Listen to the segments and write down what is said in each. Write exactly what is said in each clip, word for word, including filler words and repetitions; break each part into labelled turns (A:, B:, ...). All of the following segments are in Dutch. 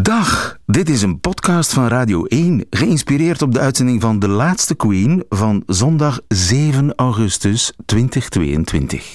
A: Dag, dit is een podcast van Radio één, geïnspireerd op de uitzending van De Laatste Queen van zondag zeven augustus tweeduizend tweeëntwintig.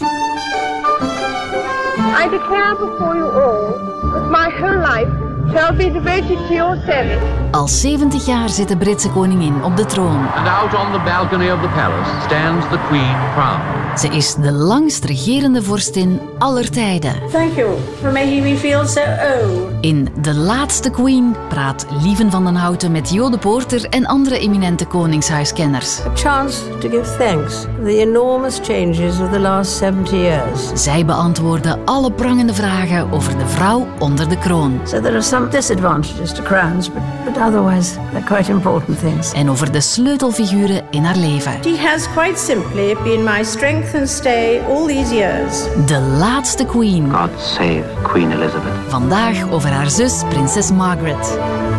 B: I declare before you all that my whole life shall be devoted to your service.
C: Al zeventig jaar zit de Britse koningin op de troon.
D: And out on the balcony of the palace stands the Queen crowned.
C: Ze is de langst regerende vorstin aller tijden.
E: Thank you for making me feel so old.
C: In De Laatste Queen praat Lieven van den Houten met Jo de Poorter en andere eminente koningshuiskenners.
E: A chance to give thanks for the enormous changes of the last seventy years.
C: Zij beantwoorden alle prangende vragen over de vrouw onder de kroon.
E: So there are some disadvantages to crowns, but, but otherwise they're quite important things.
C: En over de sleutelfiguren in haar leven.
E: She has quite simply been my strength and stay all these years.
C: De Laatste Queen.
F: God save Queen Elizabeth.
C: Vandaag over haar zus, prinses Margaret.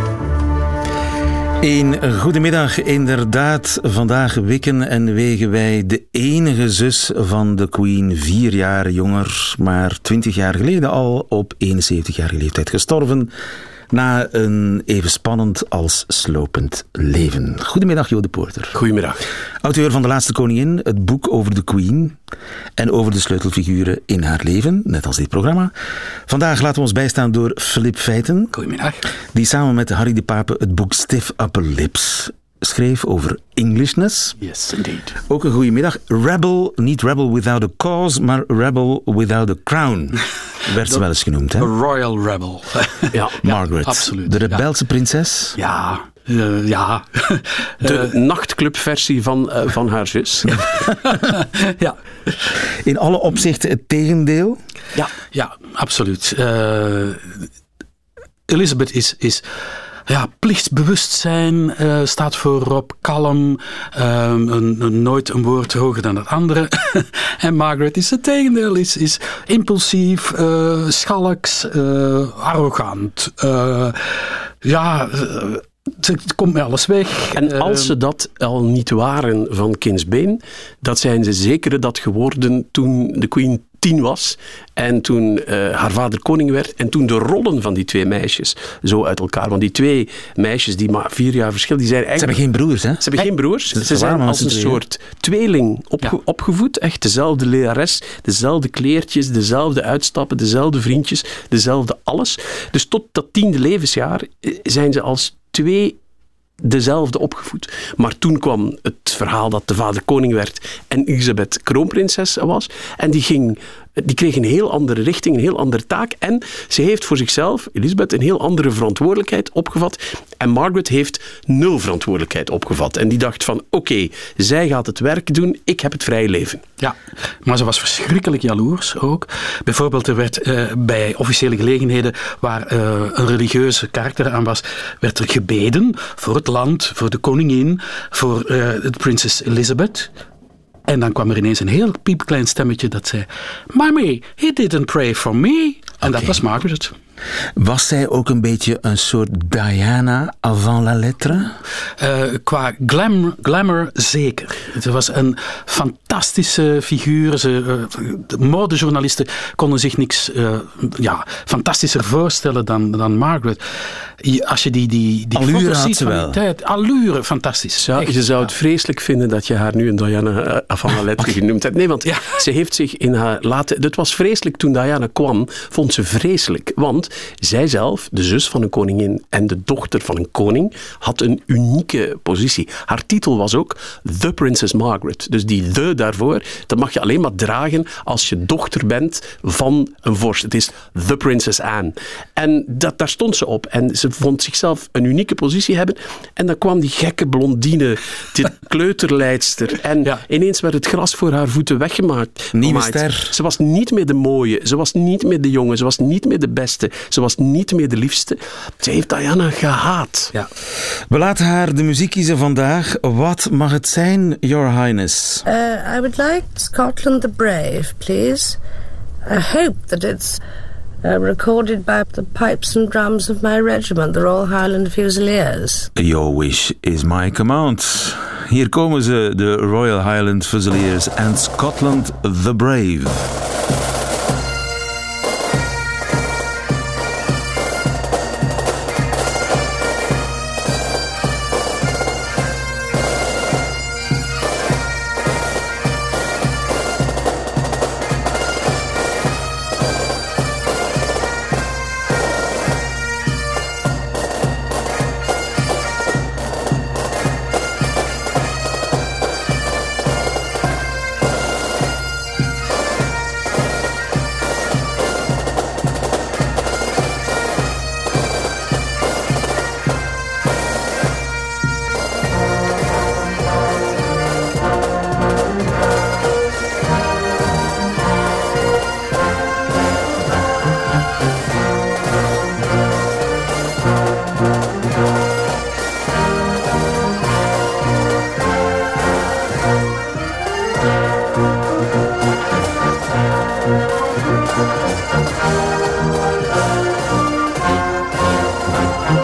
A: Een goedemiddag, inderdaad. Vandaag wikken en wegen wij de enige zus van de Queen, vier jaar jonger, maar twintig jaar geleden al op eenenzeventigjarige leeftijd gestorven. Na een even spannend als slopend leven. Goedemiddag, Jo de Poorter.
G: Goedemiddag.
A: Auteur van De Laatste Koningin, het boek over de Queen en over de sleutelfiguren in haar leven, net als dit programma. Vandaag laten we ons bijstaan door Philip Feiten.
G: Goedemiddag.
A: Die samen met Harry de Pape het boek Stiff Upper Lips schreef over Englishness.
G: Yes, indeed.
A: Ook een goede middag. Rebel, niet rebel without a cause, maar rebel without a crown. Werd ze wel eens genoemd, hè?
G: A royal rebel.
A: Ja, Margaret.
G: Ja, absoluut.
A: De rebelse prinses.
G: Ja, uh, ja.
H: De uh, nachtclubversie van, uh, van haar zus.
G: Ja.
A: In alle opzichten het tegendeel.
G: Ja, ja, absoluut. Uh, Elizabeth is... is Ja, plichtsbewustzijn uh, staat voorop, kalm, uh, een, een, nooit een woord hoger dan het andere. En Margaret is het tegendeel, is, is impulsief, uh, schalks, uh, arrogant. Uh, ja, uh, het komt met alles weg.
H: En als ze dat al niet waren van kindsbeen, dat zijn ze zeker dat geworden toen de Queen tien was en toen uh, haar vader koning werd en toen de rollen van die twee meisjes zo uit elkaar. Want die twee meisjes die maar vier jaar verschil, die zijn eigenlijk...
A: Ze hebben geen broers, hè?
H: Ze hebben geen broers.
A: Ze,
H: ze zijn als een
A: twee,
H: soort tweeling opge- ja. opgevoed. Echt dezelfde lerares, dezelfde kleertjes, dezelfde uitstappen, dezelfde vriendjes, dezelfde alles. Dus tot dat tiende levensjaar zijn ze als twee dezelfde opgevoed. Maar toen kwam het verhaal dat de vader koning werd en Elisabeth kroonprinses was. En die, ging, die kreeg een heel andere richting, een heel andere taak. En ze heeft voor zichzelf, Elisabeth, een heel andere verantwoordelijkheid opgevat. En Margaret heeft nul verantwoordelijkheid opgevat. En die dacht van, oké, okay, zij gaat het werk doen, ik heb het vrije leven.
G: Ja, maar ze was verschrikkelijk jaloers ook. Bijvoorbeeld, er werd uh, bij officiële gelegenheden waar uh, een religieuze karakter aan was, werd er gebeden voor het land, voor de koningin, voor uh, de prinses Elizabeth. En dan kwam er ineens een heel piepklein stemmetje dat zei, Mommy, he didn't pray for me. En okay. Dat was Margaret.
A: Was zij ook een beetje een soort Diana avant la lettre?
G: Uh, qua glamour, glamour zeker. Het was een fantastische figuur. Ze, uh, de modejournalisten konden zich niks uh, ja, fantastischer voorstellen dan, dan Margaret. Als je die, die, die
A: allure
G: foto's
A: had
G: ziet
A: ze
G: van
A: wel.
G: die tijd, allure, fantastisch.
H: Ja, je zou het vreselijk vinden dat je haar nu een Diana avant la lettre okay. genoemd hebt. Nee, want ja. ze heeft zich in haar late... Het was vreselijk toen Diana kwam, vond ze vreselijk. Want zij zelf, de zus van een koningin en de dochter van een koning, had een unieke positie. Haar titel was ook The Princess Margaret. Dus die the daarvoor, dat mag je alleen maar dragen als je dochter bent van een vorst. Het is The Princess Anne. En dat, daar stond ze op. En ze vond zichzelf een unieke positie hebben. En dan kwam die gekke blondine, die kleuterleidster. En ja. ineens werd het gras voor haar voeten weggemaakt.
A: Nieuwe ster.
H: Ze was niet meer de mooie. Ze was niet meer de jonge. Ze was niet meer de beste. Ze was niet meer de liefste. Ze heeft Diana gehaat.
A: Ja. We laten haar de muziek kiezen vandaag. Wat mag het zijn, Your Highness?
E: Uh, I would like Scotland the Brave, please. I hope that it's uh, recorded by the pipes and drums of my regiment, the Royal Highland Fusiliers.
A: Your wish is my command. Hier komen ze, de Royal Highland Fusiliers en Scotland the Brave.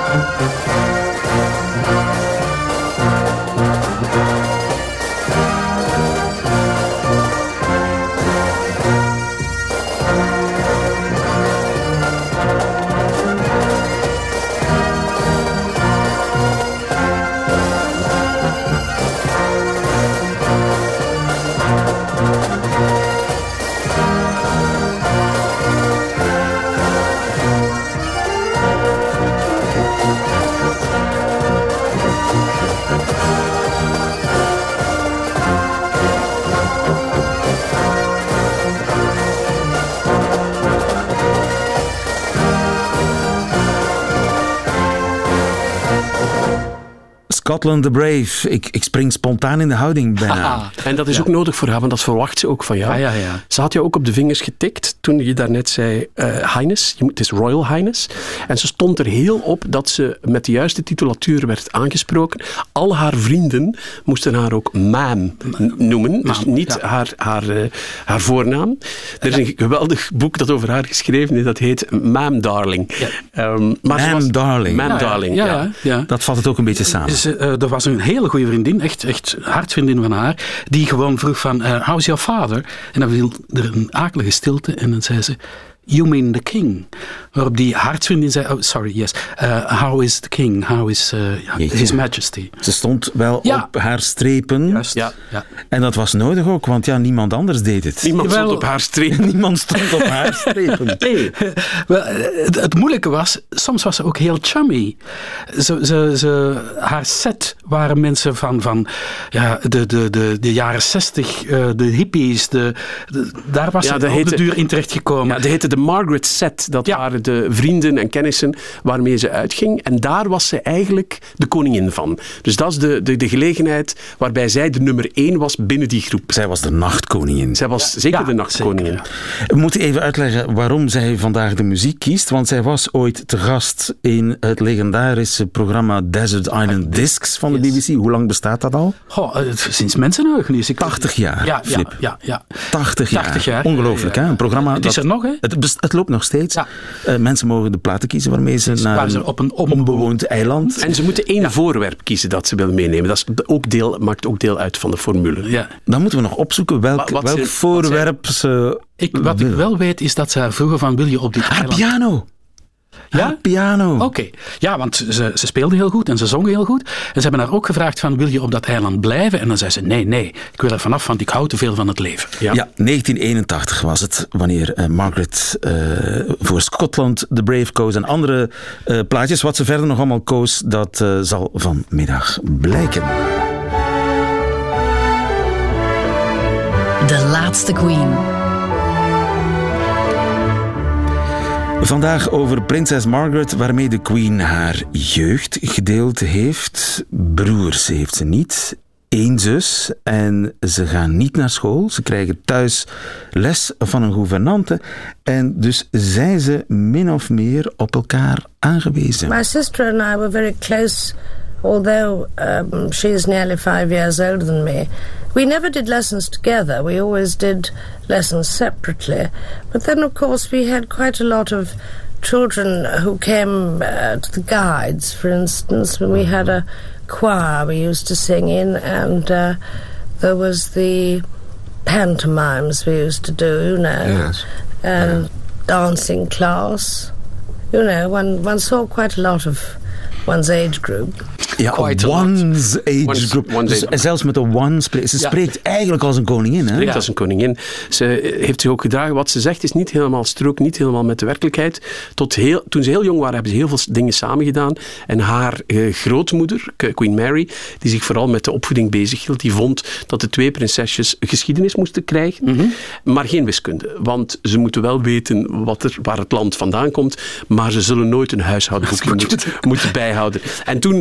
A: Scotland the Brave. Ik, ik spring spontaan in de houding bijna.
H: Haha. En dat is ja. ook nodig voor haar, want dat verwacht ze ook van jou.
G: Ah, ja, ja.
H: Ze had je ook op de vingers getikt toen je daarnet zei uh, Highness. Je moet, het is Royal Highness. En ze stond er heel op dat ze met de juiste titulatuur werd aangesproken. Al haar vrienden moesten haar ook ma'am noemen. Dus niet ja. haar, haar, uh, haar voornaam. Er is een geweldig boek dat over haar geschreven is. Dat heet Ma'am Darling.
A: Ja. Um, Ma'am Darling.
H: Ma'am
G: ja,
H: Darling,
G: ja.
H: ja.
G: Ja, ja.
A: Dat vat het ook een beetje samen.
G: Dus, uh, er was een hele goede vriendin, echt, echt hartvriendin van haar, die gewoon vroeg van, uh, how's your father? En dan viel er een akelige stilte en dan zei ze, you mean the king? Waarop die hartsvriendin zei, oh sorry, yes, uh, how is the king? How is uh, his majesty?
A: Ze stond wel
G: ja.
A: op haar strepen.
G: Juist, ja. ja.
A: En dat was nodig ook, want ja, niemand anders deed het.
H: Niemand
G: Wel,
H: stond op haar strepen.
A: Niemand stond op haar strepen.
G: Nee. Wel, het, het moeilijke was, soms was ze ook heel chummy. Ze, ze, ze, haar set waren mensen van, van ja, de, de, de, de jaren zestig, uh, de hippies, de, de, daar was ja, ze op heette, de duur in terechtgekomen.
H: Ja, dat heette de Margaret Set. Dat ja. waren de vrienden en kennissen waarmee ze uitging. En daar was ze eigenlijk de koningin van. Dus dat is de, de, de gelegenheid waarbij zij de nummer één was binnen die groep.
A: Zij was de nachtkoningin.
H: Zij was ja. zeker ja, de nachtkoningin.
A: Zeker, ja. We moeten even uitleggen waarom zij vandaag de muziek kiest. Want zij was ooit te gast in het legendarische programma Desert Island Discs van de yes. B B C. Hoe lang bestaat dat al?
G: Oh, sinds mensenheugen is ik.
A: tachtig jaar,
G: ja,
A: Flip.
G: Ja, ja, ja.
A: tachtig jaar.
G: tachtig jaar.
A: Ongelooflijk,
G: ja, ja.
A: hè? Een programma
G: het is
A: dat,
G: er nog, hè?
A: Het, het loopt nog steeds. Ja. Uh, mensen mogen de platen kiezen waarmee ze naar
G: waar ze op een
A: onbewoond eiland...
H: En ze moeten één ja. voorwerp kiezen dat ze willen meenemen. Dat is ook deel, maakt ook deel uit van de formule.
G: Ja.
A: Dan moeten we nog opzoeken welk, wat welk ze, voorwerp wat ze...
G: Ik, wat ik wel weet is dat ze vroegen van, wil je op dit
A: ah,
G: eiland...
A: piano! Ja, ah, piano.
G: Oké. Okay. Ja, want ze, ze speelde heel goed en ze zong heel goed. En ze hebben haar ook gevraagd van, wil je op dat eiland blijven? En dan zei ze, nee, nee, ik wil er vanaf, want ik hou te veel van het leven.
A: Ja, ja negentien eenentachtig was het, wanneer uh, Margaret uh, voor Scotland the Brave koos en andere uh, plaatjes. Wat ze verder nog allemaal koos, dat uh, zal vanmiddag blijken.
C: De laatste Queen.
A: Vandaag over prinses Margaret, waarmee de Queen haar jeugd gedeeld heeft. Broers heeft ze niet. Eén zus en ze gaan niet naar school. Ze krijgen thuis les van een gouvernante. En dus zijn ze min of meer op elkaar aangewezen.
E: My sister and I were very close. Although um, she is nearly five years older than me, we never did lessons together. We always did lessons separately. But then, of course, we had quite a lot of children who came uh, to the guides, for instance, when we had a choir we used to sing in, and uh, there was the pantomimes we used to do, you know,
A: yes.
E: and
A: yeah.
E: dancing class. You know, one, one saw quite a lot of one's age group.
A: Ja, one's age one's, group. One's dus age zelfs met de one spreekt. Ze ja. spreekt eigenlijk als een koningin. Hè?
H: Ze spreekt
A: ja.
H: als een koningin. Ze heeft zich ook gedragen. Wat ze zegt is niet helemaal strook, niet helemaal met de werkelijkheid. Tot heel, toen ze heel jong waren, hebben ze heel veel dingen samen gedaan. En haar uh, grootmoeder, Queen Mary, die zich vooral met de opvoeding bezighield, die vond dat de twee prinsesjes geschiedenis moesten krijgen, mm-hmm. maar geen wiskunde. Want ze moeten wel weten wat er, waar het land vandaan komt, maar ze zullen nooit een huishoudboekje moeten, moeten bijhouden. En toen de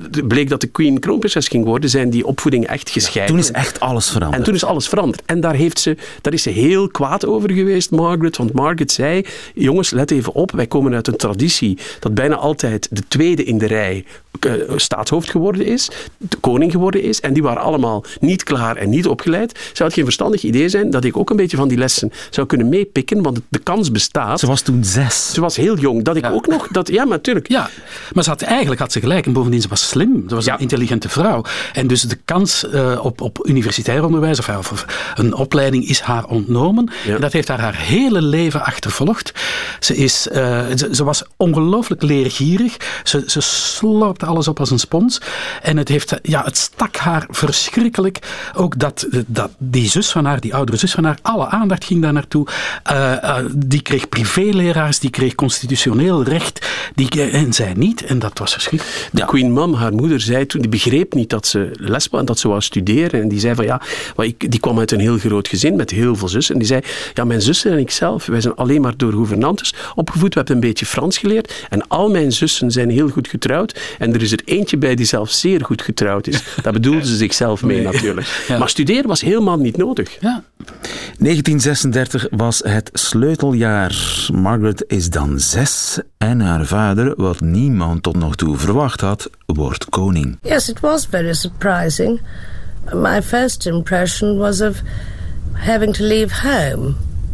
H: bleek dat de Queen kroonprinses ging worden, zijn die opvoedingen echt gescheiden.
A: Toen is echt alles veranderd.
H: En toen is alles veranderd. En daar, heeft ze, daar is ze heel kwaad over geweest, Margaret. Want Margaret zei, jongens, let even op, wij komen uit een traditie dat bijna altijd de tweede in de rij uh, staatshoofd geworden is, de koning geworden is. En die waren allemaal niet klaar en niet opgeleid. Zou het geen verstandig idee zijn dat ik ook een beetje van die lessen zou kunnen meepikken? Want de kans bestaat.
A: Ze was toen zes.
H: Ze was heel jong. Dat ik
G: Ja.
H: ook nog... Dat, ja, maar natuurlijk.
G: Ja, maar ze had, eigenlijk had ze gelijk. En bovendien, ze was slim. Ze was
H: Ja.
G: een intelligente vrouw. En dus de kans uh, op, op universitair onderwijs of, of, of een opleiding is haar ontnomen.
H: Ja.
G: En dat heeft haar haar hele leven achtervolgd. Ze, is, uh, ze, ze was ongelooflijk leergierig. Ze, ze slorpte alles op als een spons. En het, heeft, ja, het stak haar verschrikkelijk. Ook dat, dat die zus van haar, die oudere zus van haar, alle aandacht ging daar naartoe. Uh, uh, die kreeg privéleraars, die kreeg constitutioneel recht. Die, en zij niet. En dat was verschrikkelijk.
H: De Queen Mum, haar moeder, zei toen, die begreep niet dat ze les was en dat ze wou studeren. En die zei van ja, maar ik, die kwam uit een heel groot gezin met heel veel zussen. En die zei, ja, mijn zussen en ikzelf, wij zijn alleen maar door gouvernantes opgevoed. We hebben een beetje Frans geleerd. En al mijn zussen zijn heel goed getrouwd. En er is er eentje bij die zelf zeer goed getrouwd is. Daar bedoelde ze zichzelf mee
A: Nee.
H: natuurlijk.
G: Ja.
H: Maar studeren was helemaal niet nodig.
G: Ja.
A: negentien zesendertig was het sleuteljaar. Margaret is dan zes en haar vader, wat niemand tot nog toe verwacht had, wordt koning.
E: Yes, it was very surprising. My first impression was of having to leave home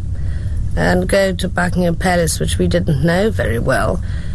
E: and go to Buckingham Palace, which we didn't know very well,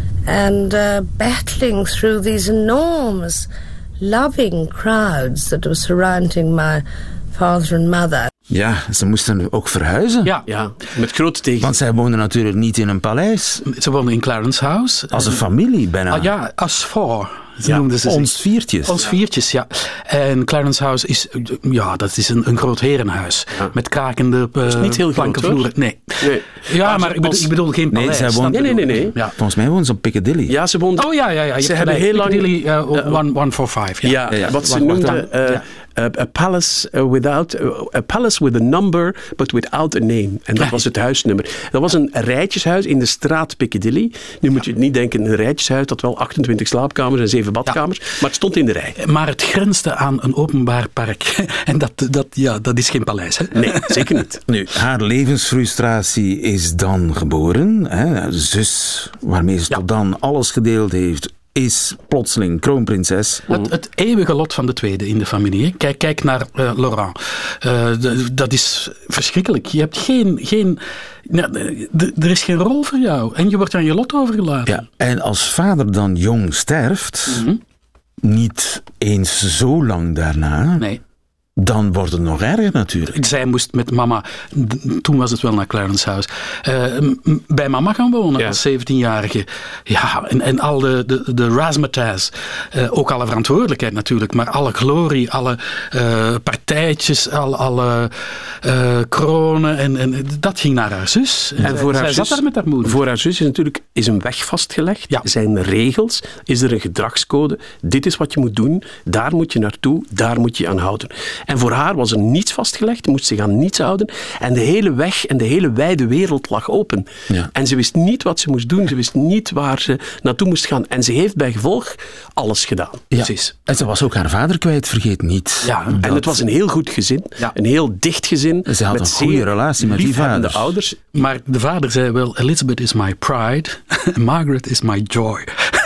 E: and uh, battling through these enormous, loving crowds that were surrounding my father and mother.
A: Ja, ze moesten ook verhuizen.
G: Ja.
H: Ja, met grote tegen.
A: Want zij woonden natuurlijk niet in een paleis.
G: Ze woonden in Clarence House.
A: Als een familie bijna.
G: Ah, ja, as four. Ze
H: Ja,
G: noemden ze zich.
A: Ons viertjes.
G: Ons viertjes, ja. En Clarence House is, ja, dat is een, een groot herenhuis.
H: Ja.
G: Met krakende uh,
H: is niet heel groot,
G: plankenvloeren. Nee.
H: Nee.
G: Ja,
H: Maar
G: maar
H: ze-
G: ik bedoel,
H: als-
G: ik bedoel geen
A: Nee,
G: paleis.
A: zij
G: dat
A: woonden-
H: Nee, nee,
G: bedoel
H: nee,
G: ik.
H: nee.
G: Ja.
A: Volgens mij woonden ze op Piccadilly.
H: Ja, ze woonden...
G: Oh ja, ja, ja. Je
H: Ze
G: hebt
H: hebben
G: gelijk.
H: heel lang-
G: Piccadilly, uh,
H: Uh,
G: one, one four five. Ja.
H: Ja,
A: ja.
H: wat ze
G: Wacht, wacht,
H: noemden
G: dan.
H: uh,
G: Ja.
H: a, a palace uh, without uh, a palace with a number, but without a name. En dat was het huisnummer. Dat was een rijtjeshuis in de straat Piccadilly. Nu moet je niet denken, een rijtjeshuis dat wel achtentwintig slaapkamers en zeven badkamers, maar het stond in de rij.
G: Maar het grenste aan een openbaar park. En dat, dat, ja, dat is geen paleis, hè?
H: Nee, zeker niet.
A: Nu, haar levensfrustratie is dan geboren. Hè. De zus waarmee ze
G: Ja.
A: tot dan alles gedeeld heeft, is plotseling kroonprinses.
G: Het, het eeuwige lot van de tweede in de familie. Hè. Kijk, kijk naar uh, Laurent. Uh, de, dat is verschrikkelijk. Je hebt geen... geen nou, de, er is geen rol voor jou. En je wordt aan je lot overgelaten.
A: Ja. En als vader dan jong sterft,
G: Mhm.
A: niet eens zo lang daarna,
G: Nee.
A: dan wordt het nog erger natuurlijk.
G: Zij moest met mama, d- toen was het wel naar Clarence House, uh, m- bij mama gaan wonen
H: Ja.
G: als zeventienjarige. Ja, en, en al de, de, de razzmatazz, uh, ook alle verantwoordelijkheid natuurlijk, maar alle glorie, alle uh, partijtjes, alle, alle uh, kronen, en, en dat ging naar haar zus.
H: En
G: zij,
H: voor haar
G: zij
H: zus,
G: zat daar met haar moeder.
H: Voor haar zus is natuurlijk is een weg vastgelegd.
G: Ja.
H: Zijn regels, is er een gedragscode. Dit is wat je moet doen, daar moet je naartoe, daar moet je je aan houden. En voor haar was er niets vastgelegd, moest zich aan niets houden. En de hele weg en de hele wijde wereld lag open.
A: Ja.
H: En ze wist niet wat ze moest doen, ze wist niet waar ze naartoe moest gaan. En ze heeft bij gevolg alles gedaan.
A: Ja.
G: Precies.
A: En ze was ook haar vader kwijt, vergeet niet.
G: Ja,
A: Dat-
H: En het was een heel goed gezin,
G: Ja.
H: een heel dicht gezin.
A: Ze had
H: met
A: een goede
H: zeer
A: relatie met die
H: liefhebbende
A: vaders.
H: ouders.
G: Maar de vader zei wel, Elizabeth is my pride, Margaret is my joy.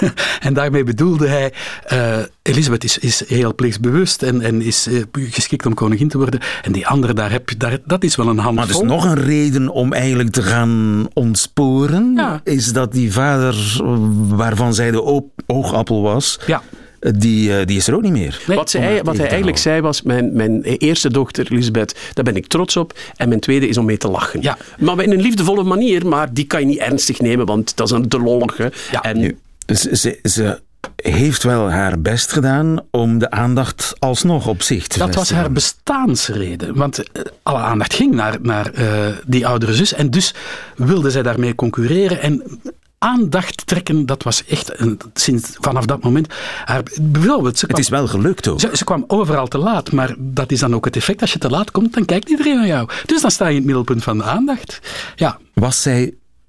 G: En daarmee bedoelde hij, uh, Elizabeth is, is heel plichtsbewust en, en is uh, geschikt om koningin te worden. En die andere, daar heb je, daar, dat is wel een handvol.
A: Maar het is nog een reden om eigenlijk te gaan ontsporen,
G: Ja.
A: is dat die vader, waarvan zij de o- oogappel was,
G: Ja.
A: die, eh, die is er ook niet meer.
G: Nee,
H: Wat,
A: om
H: zij,
A: haar
H: wat hij
A: tegen te
H: eigenlijk zei was, mijn, mijn eerste dochter Elisabeth, daar ben ik trots op. En mijn tweede is om mee te lachen.
G: Ja.
H: Maar in een liefdevolle manier, maar die kan je niet ernstig nemen, want dat is een te lollige.
G: Ja.
H: En
A: Nu, ze, ze, ze heeft wel haar best gedaan om de aandacht alsnog op zich te
G: Dat was
A: vestigen.
G: haar bestaansreden. Want uh, alle aandacht ging naar, naar uh, die oudere zus. En dus wilde zij daarmee concurreren. En aandacht trekken, dat was echt een, sinds vanaf dat moment. Haar, bijvoorbeeld, ze
A: Het
G: kwam,
A: is wel gelukt ook.
G: ze, ze kwam overal te laat. Maar dat is dan ook het effect. Als je te laat komt, dan kijkt iedereen naar jou. Dus dan sta je in het middelpunt van de aandacht. Ja.
A: Was zij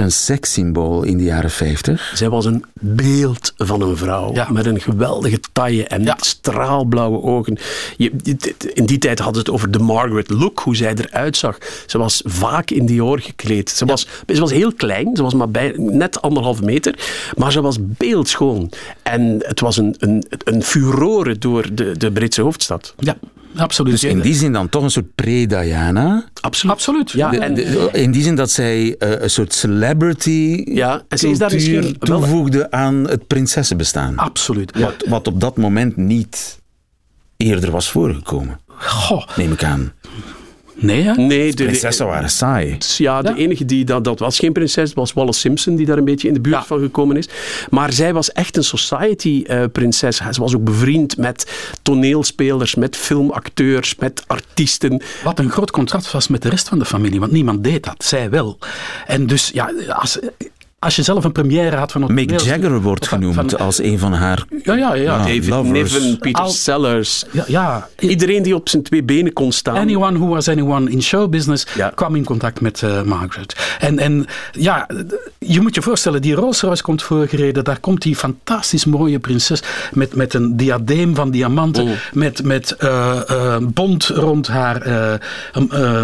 A: een sekssymbool in de jaren vijftig.
H: Zij was een beeld van een vrouw. Ja. Met een geweldige taille en ja. straalblauwe ogen. Je, in die tijd hadden ze het over de Margaret look, hoe zij eruit zag. Ze was vaak in Dior gekleed. Ze, ja. was, ze was heel klein, ze was maar bij, net anderhalve meter, maar ze was beeldschoon. En het was een, een, een furore door de, de Britse hoofdstad.
G: Ja. Absoluut.
A: Dus in die zin dan toch een soort pre-Diana.
G: Absoluut. Absoluut.
A: Ja, en de, in die zin dat zij uh, een soort celebrity
H: ja, en ze is daar misschien
A: toevoegde wel aan het prinsessenbestaan.
G: Absoluut.
A: Wat, wat op dat moment niet eerder was voorgekomen.
G: Goh.
A: Neem ik aan.
G: Nee, hè?
H: Nee,
A: de prinsessen waren saai.
H: Ja, de ja. enige die dat, dat was geen prinses, was Wallace Simpson, die daar een beetje in de buurt ja. van gekomen is. Maar zij was echt een society-prinses. Uh, ze was ook bevriend met toneelspelers, met filmacteurs, met artiesten.
G: Wat een groot contrast was met de rest van de familie, want niemand deed dat. Zij wel. En dus, ja, als... Als je zelf een première had van...
A: Mick Jagger wordt van, genoemd van, als een van haar
G: ja, ja, ja.
H: David
A: lovers.
H: Niven, Peter Al, Sellers.
G: Ja, ja.
H: Iedereen die op zijn twee benen kon staan.
G: Anyone who was anyone in showbusiness ja. kwam in contact met uh, Margaret. En, en ja, je moet je voorstellen, die Rolls Royce komt voorgereden. Daar komt die fantastisch mooie prinses met, met een diadeem van diamanten. Oh. Met, met uh, uh, bont rond haar... Uh, uh,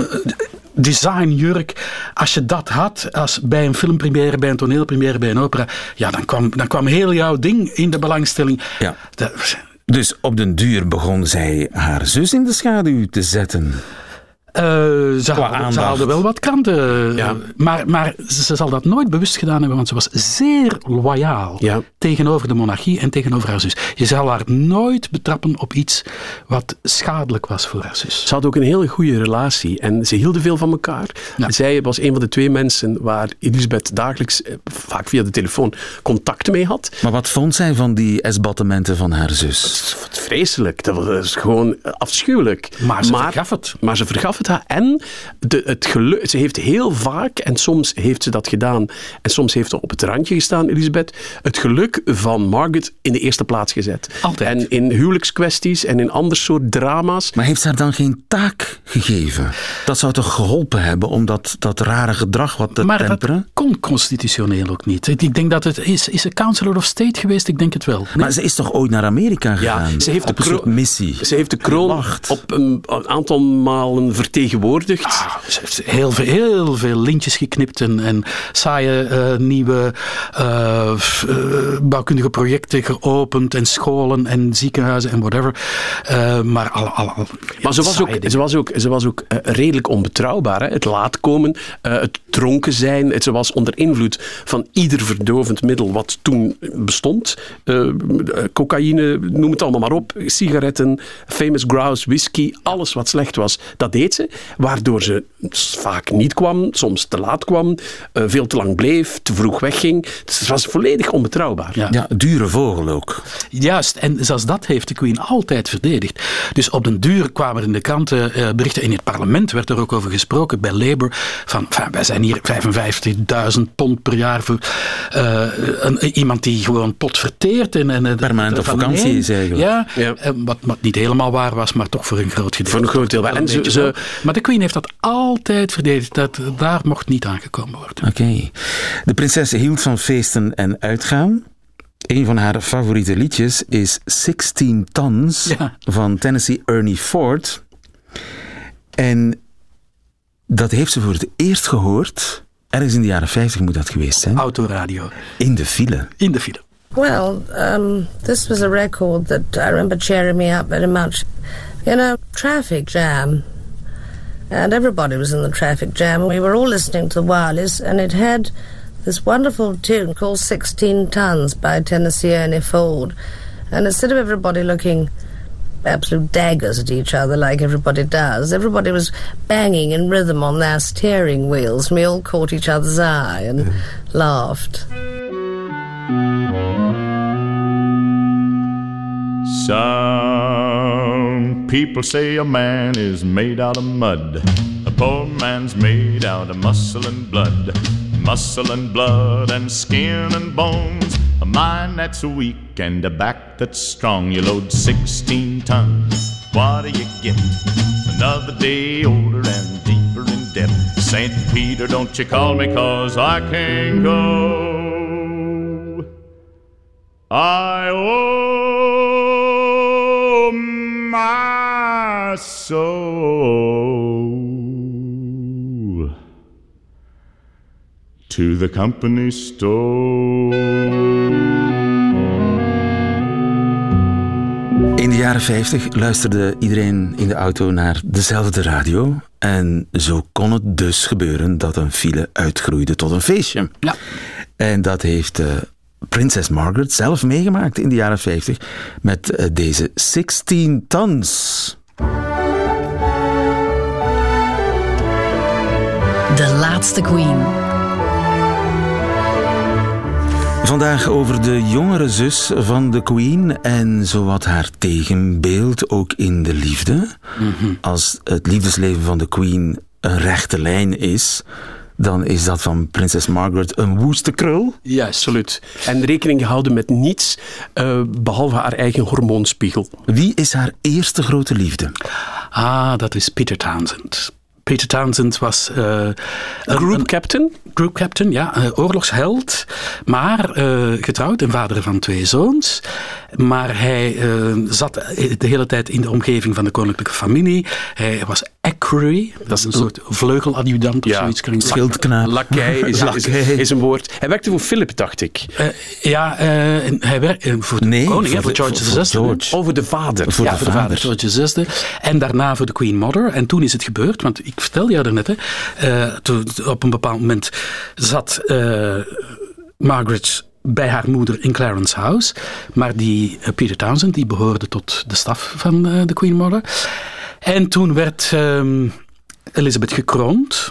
G: designjurk. Als je dat had, als bij een filmpremière, bij een toneelpremière, bij een opera, ja, dan kwam, dan kwam heel jouw ding in de belangstelling.
A: Ja. De, dus op den duur begon zij haar zus in de schaduw te zetten.
G: Uh, ze, haalde, ze haalde wel wat kranten. Ja. Maar, maar ze zal dat nooit bewust gedaan hebben, want ze was zeer loyaal ja. tegenover de monarchie en tegenover haar zus. Je zal haar nooit betrappen op iets wat schadelijk was voor haar zus.
H: Ze had ook een hele goede relatie en ze hielden veel van elkaar. Ja. Zij was een van de twee mensen waar Elisabeth dagelijks, vaak via de telefoon, contact mee had.
A: Maar wat vond zij van die esbattementen van haar zus?
H: Dat was vreselijk. Dat was gewoon afschuwelijk.
G: Maar ze maar, vergaf het.
H: Maar ze vergaf het. En de, het geluk, ze heeft heel vaak, en soms heeft ze dat gedaan, en soms heeft ze op het randje gestaan, Elisabeth, het geluk van Margaret in de eerste plaats gezet.
G: Altijd.
H: En in huwelijkskwesties en in ander soort drama's.
A: Maar heeft ze haar dan geen taak gegeven? Dat zou toch geholpen hebben om dat, dat rare gedrag wat te
G: maar
A: temperen?
G: Maar dat kon constitutioneel ook niet. Ik denk dat het is, is een Counselor of State geweest, ik denk het wel. Nee?
A: Maar ze is toch ooit naar Amerika gegaan?
H: Ja, ze heeft
A: op
H: de
A: een soort missie.
H: Ze heeft de kroon Wacht. op een, een aantal malen vertegenwoordigd.
G: Ah, ze heeft heel veel, heel veel lintjes geknipt en, en saaie uh, nieuwe uh, uh, bouwkundige projecten geopend en scholen en ziekenhuizen en whatever. Uh, maar al, al, al,
H: maar ze was, ook, ze was ook, ze was ook uh, redelijk onbetrouwbaar. Hè? Het laat komen, uh, het dronken zijn. Het, ze was onder invloed van ieder verdovend middel wat toen bestond. Uh, cocaïne, noem het allemaal maar op. Sigaretten, Famous Grouse, whisky, alles wat slecht was, dat deed ze. Waardoor ze vaak niet kwam, soms te laat kwam, uh, veel te lang bleef, te vroeg wegging. Dus het was volledig onbetrouwbaar.
A: Ja, ja, dure vogel ook.
G: Juist, en zelfs dat heeft de Queen altijd verdedigd. Dus op den duur kwamen er in de kranten uh, berichten, in het parlement werd er ook over gesproken, bij Labour, van, van wij zijn hier vijfenvijftigduizend pond per jaar voor uh, een, iemand die gewoon pot verteert. En, en,
A: permanent op vakantie nee, is eigenlijk.
G: Ja, ja. Uh, wat, wat niet helemaal waar was, maar toch voor een groot gedeelte.
H: Voor een groot deel. En ze, ze,
G: maar de Queen heeft dat altijd verdedigd. Dat, daar mocht niet aangekomen worden.
A: Oké. Okay. De prinses hield van feesten en uitgaan. Een van haar favoriete liedjes is sixteen Tons ja. van Tennessee Ernie Ford. En dat heeft ze voor het eerst gehoord. Ergens in de jaren vijftig moet dat geweest zijn.
G: Autoradio.
A: In de file.
G: In de file.
E: Well, um, this was a record that I remember cheering me up very much. In a traffic jam. And everybody was in the traffic jam. We were all listening to the Wireless, and it had this wonderful tune called sixteen Tons by Tennessee Ernie Ford. And instead of everybody looking absolute daggers at each other like everybody does, everybody was banging in rhythm on their steering wheels, and we all caught each other's eye and mm. laughed.
I: Some people say a man is made out of mud. A poor man's made out of muscle and blood. Muscle and blood and skin and bones. A mind that's weak and a back that's strong. You load sixteen tons, what do you get? Another day older and deeper in step. Saint Peter, don't you call me 'cause I can't go. I owe my soul to the company store.
A: In de jaren vijftig luisterde iedereen in de auto naar dezelfde radio. En zo kon het dus gebeuren dat een file uitgroeide tot een feestje.
G: Ja.
A: En dat heeft uh, prinses Margaret zelf meegemaakt in de jaren vijftig met uh, deze zestien tons.
C: De laatste Queen.
A: Vandaag over de jongere zus van de Queen en zowat haar tegenbeeld, ook in de liefde. Mm-hmm. Als het liefdesleven van de Queen een rechte lijn is, dan is dat van prinses Margaret een woeste krul.
H: Ja, absoluut. En rekening gehouden met niets, uh, behalve haar eigen hormoonspiegel.
A: Wie is haar eerste grote liefde?
G: Ah, dat is Peter Townsend. Peter Townsend was... Uh,
H: group een, captain?
G: Group captain, ja. Uh, oorlogsheld. Maar uh, getrouwd en vader van twee zoons. Maar hij uh, zat de hele tijd in de omgeving van de koninklijke familie. Hij was equerry. Dat is een soort vleugeladjudant of
H: ja,
G: zoiets.
A: Schildknaap.
H: Lakij is, is, is, is een woord. Hij werkte voor Philip, dacht ik.
G: Uh, ja, uh, hij werkte uh, voor de
A: nee,
G: koning,
A: voor,
G: voor
A: de,
G: George
A: voor,
G: de zesde.
H: George. Over de vader.
A: Voor
G: ja,
A: de
G: voor de vader,
A: vader.
G: George de zesde. En daarna voor de Queen Mother. En toen is het gebeurd, want ik vertelde jou daarnet, hè, uh, toen, op een bepaald moment zat uh, Margaret bij haar moeder in Clarence House. Maar die uh, Peter Townsend, die behoorde tot de staf van uh, de Queen Mother. En toen werd um, Elizabeth gekroond.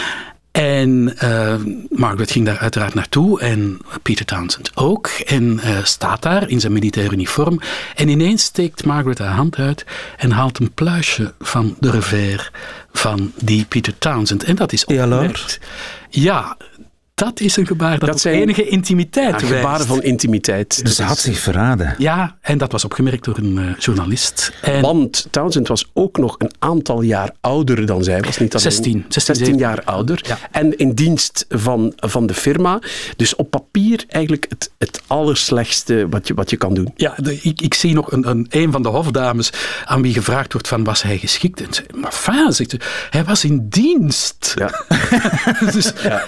G: En uh, Margaret ging daar uiteraard naartoe en Peter Townsend ook. En uh, staat daar in zijn militair uniform. En ineens steekt Margaret haar hand uit en haalt een pluisje van de revers van die Peter Townsend. En dat is opgemerkt. Ja, dat is een gebaar dat, dat zijn enige intimiteit wijst.
H: Gebaren van intimiteit.
A: Dus ze had zich verraden.
G: Ja, en dat was opgemerkt door een uh, journalist. En
H: Want Townsend was ook nog een aantal jaar ouder dan zij. Was niet alleen
G: zestien.
H: zestien jaar ouder. Ja. En in dienst van, van de firma. Dus op papier eigenlijk het, het allerslechtste wat je, wat je kan doen.
G: Ja, de, ik, ik zie nog een, een, een van de hofdames aan wie gevraagd wordt van was hij geschikt? En ze maar fijn, zegt ze, hij was in dienst.
H: Ja.
G: dus,
H: ja.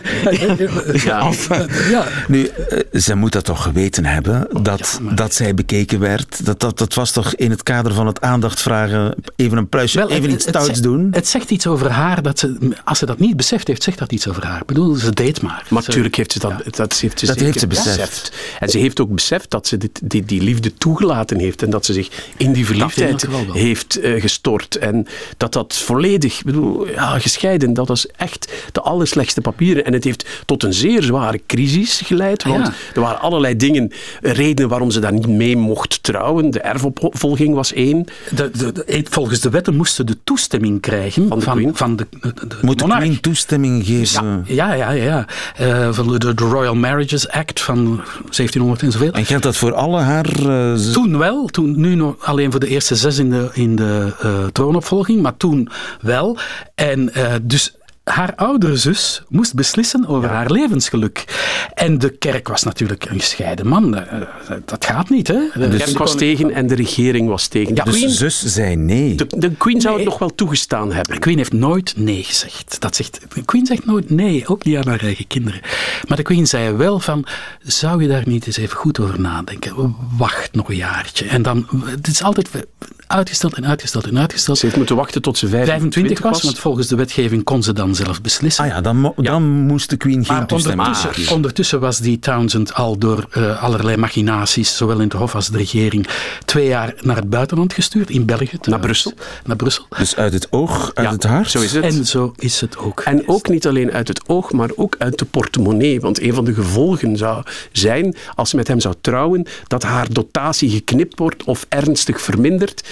A: Ja. Ja. Nu, zij moet dat toch geweten hebben, dat, ja, maar... dat zij bekeken werd. Dat, dat, dat was toch in het kader van het aandacht vragen, even een pluisje, Wel, even het, iets het, stouts
G: het,
A: doen?
G: Het zegt iets over haar, dat ze, als ze dat niet beseft heeft, zegt dat iets over haar. Ik bedoel, ze deed maar.
H: Maar natuurlijk heeft ze dat, ja. dat, heeft ze
A: dat heeft ze beseft. beseft.
H: En ze heeft ook beseft dat ze dit, die, die liefde toegelaten heeft en dat ze zich in die verliefdheid heeft uh, gestort. En dat dat volledig, bedoel, ja, gescheiden, dat was echt de allerslechtste papieren. En het heeft tot een zeer zware crisis geleid, want ja. er waren allerlei dingen, redenen waarom ze daar niet mee mocht trouwen. De erfopvolging was één.
G: De, de, de, volgens de wetten moesten de toestemming krijgen van de, van, van de, de, de
A: Moet de
G: monarch.
A: Queen toestemming geven?
G: Ja, ja, ja. ja. Uh, van de, de Royal Marriages Act van zeventienhonderd en zoveel.
A: En geldt dat voor alle haar... Uh, z-
G: toen wel, toen, nu nog alleen voor de eerste zes in de, in de uh, troonopvolging, maar toen wel. En uh, dus... Haar oudere zus moest beslissen over ja. haar levensgeluk. En de kerk was natuurlijk een gescheiden man. Dat gaat niet, hè?
H: De dus kerk was kon... tegen en de regering was tegen.
A: Ja, dus de zus zei nee.
H: De, de Queen zou nee. het nog wel toegestaan hebben.
G: De Queen heeft nooit nee gezegd. Dat zegt, de Queen zegt nooit nee, ook niet aan haar eigen kinderen. Maar de Queen zei wel van, zou je daar niet eens even goed over nadenken? Wacht nog een jaartje. En dan, het is altijd uitgesteld en uitgesteld en uitgesteld.
H: Ze heeft moeten wachten tot ze vijfentwintig was,
G: was, want volgens de wetgeving kon ze dan zelf beslissen.
A: Ah ja, dan, mo- ja. dan moest de Queen geen
G: maar
A: toestemming
G: ondertussen, geven. Ondertussen was die Townsend al door uh, allerlei machinaties, zowel in het Hof als de regering, twee jaar naar het buitenland gestuurd, in België.
H: Naar Brussel.
G: Naar Brussel.
A: Dus uit het oog, uit
H: ja,
A: het hart.
H: Zo is het.
G: En zo is het ook.
H: En ook niet alleen uit het oog, maar ook uit de portemonnee. Want een van de gevolgen zou zijn, als ze met hem zou trouwen, dat haar dotatie geknipt wordt of ernstig verminderd.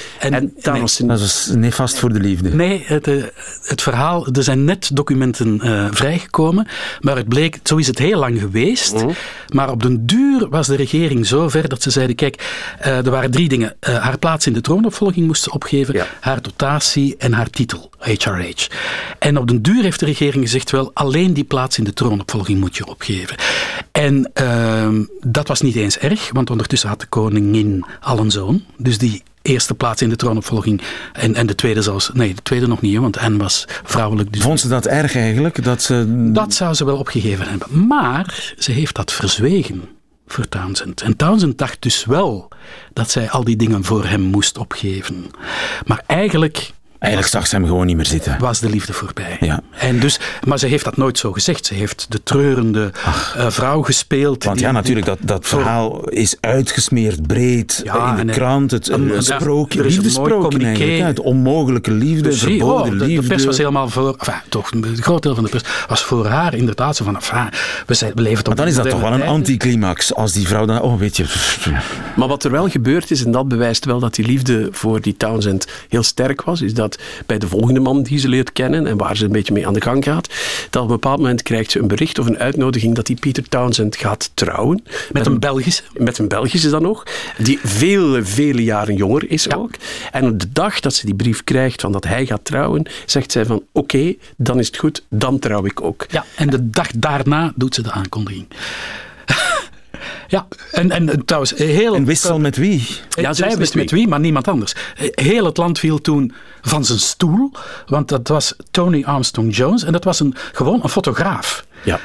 G: En,
H: en daar
G: nee,
H: was een...
A: Dat is nefast voor de liefde.
G: Nee, het, het verhaal, er zijn net documenten uh, vrijgekomen, maar het bleek, zo is het heel lang geweest, mm-hmm. maar op den duur was de regering zo ver dat ze zeiden, kijk, uh, er waren drie dingen. Uh, haar plaats in de troonopvolging moest ze opgeven, ja. haar dotatie en haar titel, H R H. En op den duur heeft de regering gezegd, wel, alleen die plaats in de troonopvolging moet je opgeven. En uh, dat was niet eens erg, want ondertussen had de koningin al een zoon, dus die eerste plaats in de troonopvolging en, en de tweede zelfs, nee, de tweede nog niet, want Anne was vrouwelijk. Dus
A: vond ze dat erg eigenlijk? Dat, ze...
G: dat zou ze wel opgegeven hebben, maar ze heeft dat verzwegen voor Townsend. En Townsend dacht dus wel dat zij al die dingen voor hem moest opgeven. Maar eigenlijk...
A: Eigenlijk zag ze hem gewoon niet meer zitten.
G: Was de liefde voorbij.
A: Ja.
G: En dus, maar ze heeft dat nooit zo gezegd. Ze heeft de treurende uh, vrouw gespeeld.
A: Want
G: die,
A: ja, natuurlijk, dat, dat verhaal is uitgesmeerd, breed,
G: ja,
A: in de
G: en,
A: krant. Het
G: een,
A: een sprookje,
G: er is
A: liefdesprookje eigenlijk. Het onmogelijke liefde,
G: Precies,
A: verboden
G: oh, de,
A: liefde.
G: De pers was helemaal voor... Enfin, toch, een groot deel van de pers was voor haar inderdaad zo van... Enfin, we, zijn, we leven
A: maar dan is dat toch wel een anticlimax. Als die vrouw dan... Oh, weet je...
H: Maar wat er wel gebeurd is, en dat bewijst wel dat die liefde voor die Townsend heel sterk was, is dat bij de volgende man die ze leert kennen en waar ze een beetje mee aan de gang gaat, dat op een bepaald moment krijgt ze een bericht of een uitnodiging dat die Peter Townsend gaat trouwen.
G: Met, met een, een Belgische.
H: Met een Belgische dan nog, die vele, vele jaren jonger is ja. ook. En op de dag dat ze die brief krijgt van dat hij gaat trouwen, zegt zij van oké, okay, dan is het goed, dan trouw ik ook.
G: Ja, en de dag daarna doet ze de aankondiging. Ja, en, en trouwens... Heel,
A: en wist al met wie?
G: Ja, zij wist met wie. met wie, maar niemand anders. Heel het land viel toen van zijn stoel, want dat was Tony Armstrong-Jones en dat was een, gewoon een fotograaf.
H: Ja.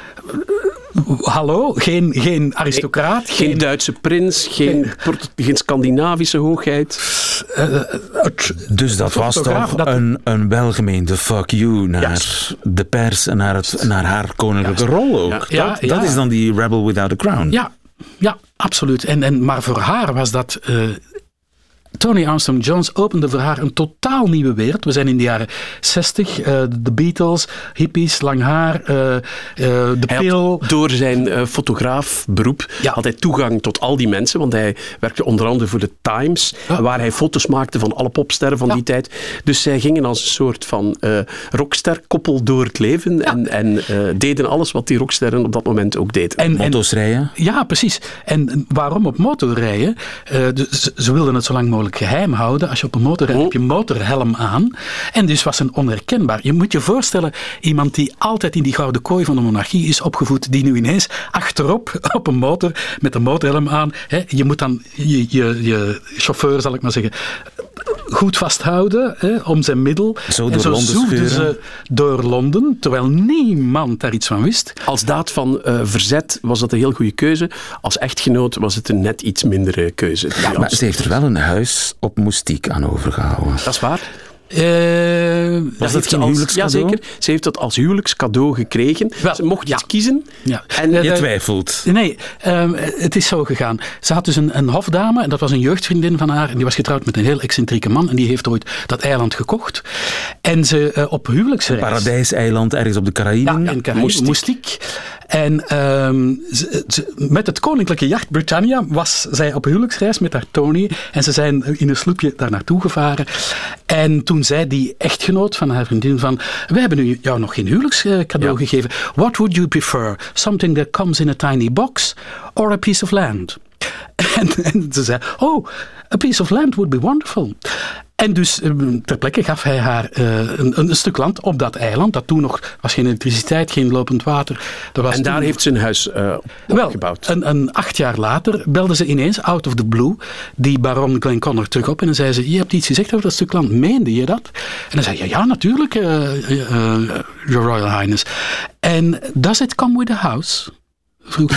G: Hallo, geen, geen aristocraat.
H: Geen, geen Duitse prins, geen, geen, geen Scandinavische hoogheid.
G: Uh, uh,
A: dus dat was toch dat een, een welgemeende fuck you naar yes. de pers en naar, het, naar haar koninklijke ja. rol ook. Ja. Dat, ja, dat ja. is dan die rebel without a crown.
G: Ja, ja absoluut. En, en, maar voor haar was dat... Uh, Tony Armstrong-Jones opende voor haar een totaal nieuwe wereld. We zijn in de jaren zestig, uh, de Beatles, hippies, lang haar, uh, uh, de pil.
H: Door zijn uh, fotograafberoep ja. had hij toegang tot al die mensen, want hij werkte onder andere voor de Times, ja. waar hij foto's maakte van alle popsterren van ja. die tijd. Dus zij gingen als een soort van uh, rockster-koppel door het leven ja. en, en uh, deden alles wat die rocksterren op dat moment ook deden.
A: En motos rijden?
G: Ja, precies. En waarom op motorrijden? Uh, dus, ze wilden het zo lang mogelijk geheim houden. Als je op een motor rijdt, heb je motorhelm aan. En dus was een onherkenbaar. Je moet je voorstellen, iemand die altijd in die gouden kooi van de monarchie is opgevoed, die nu ineens achterop op een motor met een motorhelm aan. Hè, je moet dan je, je, je chauffeur, zal ik maar zeggen, goed vasthouden hè, om zijn middel.
A: Zo door
G: en zo
A: Londen
G: zoefden ze door Londen, terwijl niemand daar iets van wist.
H: Als daad van uh, verzet was dat een heel goede keuze. Als echtgenoot was het een net iets mindere keuze.
A: Ja, maar ze heeft er wel een huis op Moestiek aan overgehouden.
H: Dat is waar.
G: Uh,
A: was dat geen huwelijkscadeau?
H: Ja, zeker. Ze heeft dat als huwelijkscadeau gekregen.
G: Wel,
H: ze mocht
G: ja.
H: iets kiezen.
G: Ja.
H: En
A: je uh, twijfelt.
G: Nee, uh, het is zo gegaan. Ze had dus een, een hofdame, en dat was een jeugdvriendin van haar, en die was getrouwd met een heel excentrieke man, en die heeft ooit dat eiland gekocht. En ze uh, op huwelijksreis...
A: Een paradijseiland ergens op de Caraïben.
G: Ja, in Caraïben, Moestiek. En um, ze, ze, met het koninklijke jacht Britannia was zij op huwelijksreis met haar Tony, en ze zijn in een sloepje daar naartoe gevaren. En toen zei die echtgenoot van haar vriendin van, we hebben nu jou nog geen huwelijkscadeau ja. gegeven. What would you prefer? Something that comes in a tiny box or a piece of land? En, en ze zei, oh, a piece of land would be wonderful. En dus ter plekke gaf hij haar uh, een, een stuk land op dat eiland. Dat toen nog was geen elektriciteit, geen lopend water. Dat was
H: en daar
G: toen...
H: heeft ze een huis uh, opgebouwd.
G: Wel, een, een acht jaar later belde ze ineens, out of the blue, die baron Glenconner terug op. En dan zei ze, je hebt iets gezegd over dat stuk land. Meende je dat? En dan zei hij, ja, ja, natuurlijk, uh, uh, Your Royal Highness. En does it come with a house? Vroeg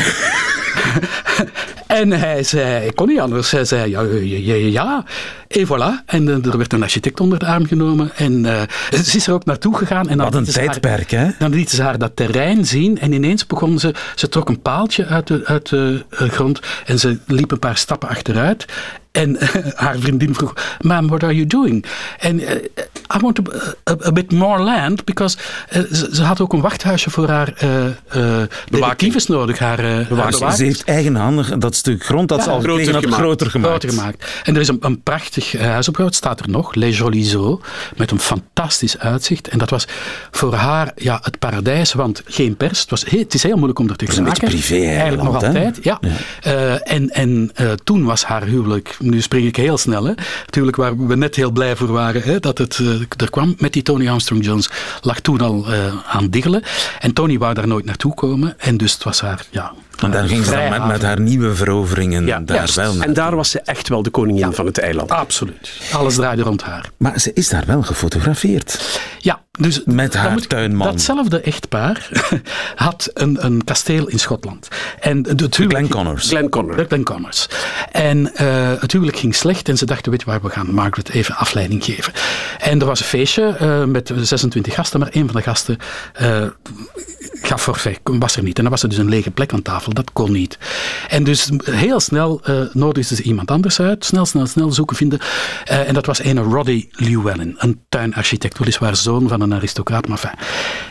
G: En hij zei, ik kon niet anders. Hij zei, ja, ja, ja, ja. En voilà. En uh, er werd een architect onder de arm genomen. En uh, ze is er ook naartoe gegaan. En dan
A: Wat een tijdperk, haar, hè? Dan
G: lieten ze haar dat terrein zien. En ineens begon ze, ze trok een paaltje uit de, uit de uh, grond. En ze liep een paar stappen achteruit. En uh, haar vriendin vroeg, ma'am, what are you doing? En uh, I want a, a, a bit more land, because uh, ze, ze had ook een wachthuisje voor haar uh, uh, detectives nodig. Haar, uh, haar
A: ze heeft eigenhandig dat dat stuk grond dat
G: Ja,
A: ze al
H: groter
A: gekregen had
H: gemaakt.
A: groter gemaakt.
G: Groter gemaakt. En er is een, een prachtig huis opgebouwd, staat er nog, Les Jolies, met een fantastisch uitzicht. En dat was voor haar ja, het paradijs, want geen pers. Het, was, het is heel moeilijk om er te
A: Het is een
G: geraken.
A: beetje privé
G: Eigenlijk nog
A: eiland, hè?
G: altijd, ja. ja. Uh, en en uh, toen was haar huwelijk, nu spring ik heel snel, hè. Natuurlijk waar we net heel blij voor waren, hè, dat het uh, er kwam met die Tony Armstrong-Jones, lag toen al uh, aan diggelen. En Tony wou daar nooit naartoe komen. En dus het was haar, ja...
A: En daar ging ze dan met, met haar nieuwe veroveringen
H: Ja,
A: daar
H: juist.
A: wel naar.
H: En daar was ze echt wel de koningin
G: Ja.
H: van het eiland.
G: Absoluut. Alles draaide rond haar.
A: Maar ze is daar wel gefotografeerd.
G: Ja, dus
A: Met
G: dan
A: haar
G: moet ik-
A: tuinman.
G: Datzelfde echtpaar had een, een kasteel in Schotland. En de, het huwelijk-
A: Glen Connors.
H: Glen Connor.
G: De Glen Connors. En uh, het huwelijk ging slecht en ze dachten, weet je waar, we gaan Margaret even afleiding geven. En er was een feestje uh, met zesentwintig gasten, maar één van de gasten uh, gaf forfait, was er niet. En dan was er dus een lege plek aan tafel, dat kon niet. En dus heel snel uh, nodigden ze iemand anders uit, snel, snel, snel zoeken, vinden. Uh, en dat was ene Roddy Llewellyn, een tuinarchitect, weliswaar zoon van een aristocraat, maar enfin.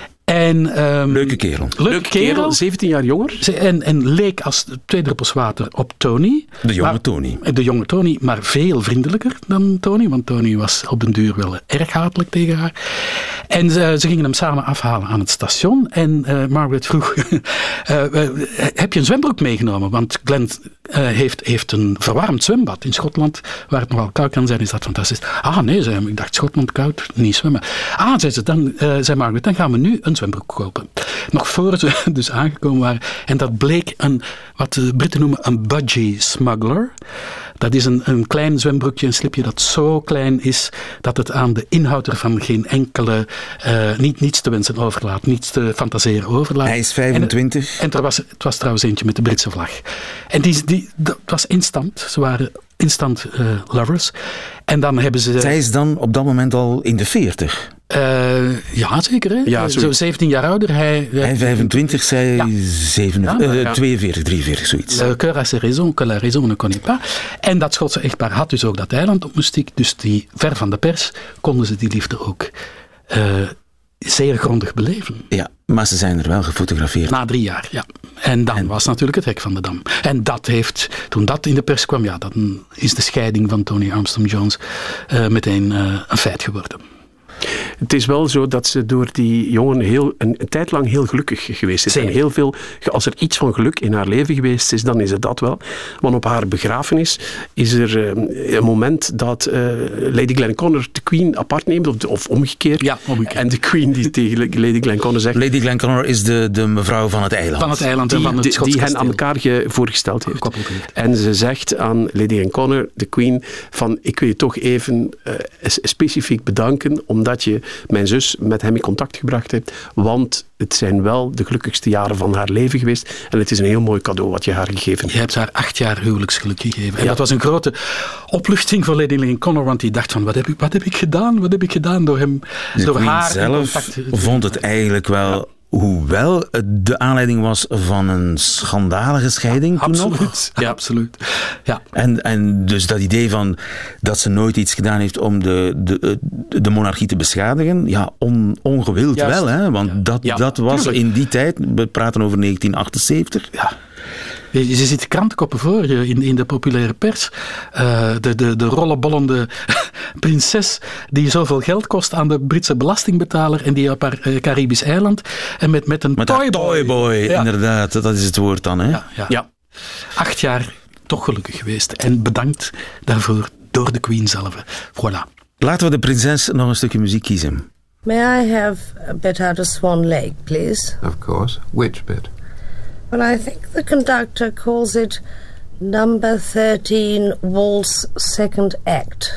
G: En, um,
A: Leuke kerel.
G: Leuke,
H: Leuke
G: kerel.
H: kerel, zeventien jaar jonger.
G: Ze- En, en leek als twee druppels water op Tony.
A: De jonge
G: Maar-
A: Tony.
G: De jonge Tony, maar veel vriendelijker dan Tony, want Tony was op den duur wel erg hatelijk tegen haar. En ze, ze gingen hem samen afhalen aan het station. En uh, Margaret vroeg, uh, uh, heb je een zwembroek meegenomen? Want Glen uh, heeft, heeft een verwarmd zwembad in Schotland, waar het nogal koud kan zijn, is dat fantastisch. Ah nee, zei hij, ik dacht Schotland koud, niet zwemmen. Ah, zei ze, dan, uh, zei Margaret, dan gaan we nu een zwembroek kopen. Nog voor ze dus aangekomen waren. En dat bleek een, wat de Britten noemen, een budgie smuggler. Dat is een, een klein zwembroekje, een slipje dat zo klein is dat het aan de inhoud ervan geen enkele, uh, niet, niets te wensen overlaat, niets te fantaseren overlaat.
A: Hij is vijfentwintig.
G: En, en er was, het was trouwens eentje met de Britse vlag. En die, die, dat was instant. Ze waren instant uh, lovers. En dan hebben ze...
A: Zij is dan op dat moment al in de veertig.
G: Uh, ja, zeker. Hè?
H: Ja,
G: Zo zeventien jaar ouder. Hij,
A: Hij vijfentwintig, zij
G: Ja.
A: zevenenveertig,
G: Ja,
A: uh,
H: ja.
A: tweeënveertig, drieënveertig, zoiets.
G: Le cœur a ses raisons, que la raison ne connaît pas. En dat Schotse echtpaar had dus ook dat eiland op Moestiek. Dus die, ver van de pers konden ze die liefde ook uh, zeer grondig beleven.
A: Ja, maar ze zijn er wel gefotografeerd.
G: Na drie jaar, ja. En dan
A: En-
G: was natuurlijk het hek van de dam. En dat heeft, toen dat in de pers kwam, ja, dan is de scheiding van Tony Armstrong-Jones uh, meteen uh, een feit geworden.
H: Het is wel zo dat ze door die jongen heel, een, een tijd lang heel gelukkig geweest is. En
G: Zeker.
H: heel veel, als er iets van geluk in haar leven geweest is, dan is het dat wel. Want op haar begrafenis is er uh, een moment dat uh, Lady Glenconnor de Queen apart neemt, of, of omgekeerd.
G: Ja, omgekeerd.
H: En de Queen die tegen Lady Glenconnor zegt...
A: Lady Glenconnor is de, de mevrouw van het eiland.
G: Van het eiland en
H: Die,
G: van het
H: die,
G: Schots
H: die hen
G: kasteel.
H: aan elkaar ge, voorgesteld heeft.
G: Gekoppeld heeft.
H: En ze zegt aan Lady Glenconnor, de Queen, van ik wil je toch even uh, specifiek bedanken, omdat je mijn zus met hem in contact gebracht hebt, want het zijn wel de gelukkigste jaren van haar leven geweest en het is een heel mooi cadeau wat je haar gegeven hebt.
G: Je hebt haar acht jaar huwelijksgeluk gegeven. En
H: Ja.
G: dat was een grote opluchting voor Lady Glenconnor, want die dacht van, wat heb ik, wat heb ik gedaan? Wat heb ik gedaan door hem,
A: De
G: door
A: Queen
G: haar in
A: zelf
G: contact te-
A: vond het eigenlijk wel, hoewel het de aanleiding was van een schandalige scheiding toen nog.
G: Absoluut. Ja, absoluut. Ja.
A: En, en dus dat idee van dat ze nooit iets gedaan heeft om de, de, de monarchie te beschadigen, ja, on, ongewild
G: Juist.
A: wel, hè? Want
G: Ja.
A: dat,
H: Ja,
A: dat was
G: tuurlijk.
A: in die tijd, we praten over negentien achtenzeventig.
G: Ja. Je, je ziet krantenkoppen voor je in, in de populaire pers. Uh, de, de, de rollenbollende prinses die zoveel geld kost aan de Britse belastingbetaler en die op haar uh, Caribisch eiland en met, met een
A: Met haar
G: toyboy.
A: toyboy,
G: Ja.
A: inderdaad, dat is het woord dan, hè?
G: Ja, ja.
H: Ja.
G: Acht jaar toch gelukkig geweest. En bedankt daarvoor door de Queen zelf. Voilà.
A: Laten we de prinses nog een stukje muziek kiezen.
E: May I have a bit out of Swan Lake, please?
F: Of course. Which bit?
E: Well, I think the conductor calls it number thirteen, Waltz Second Act.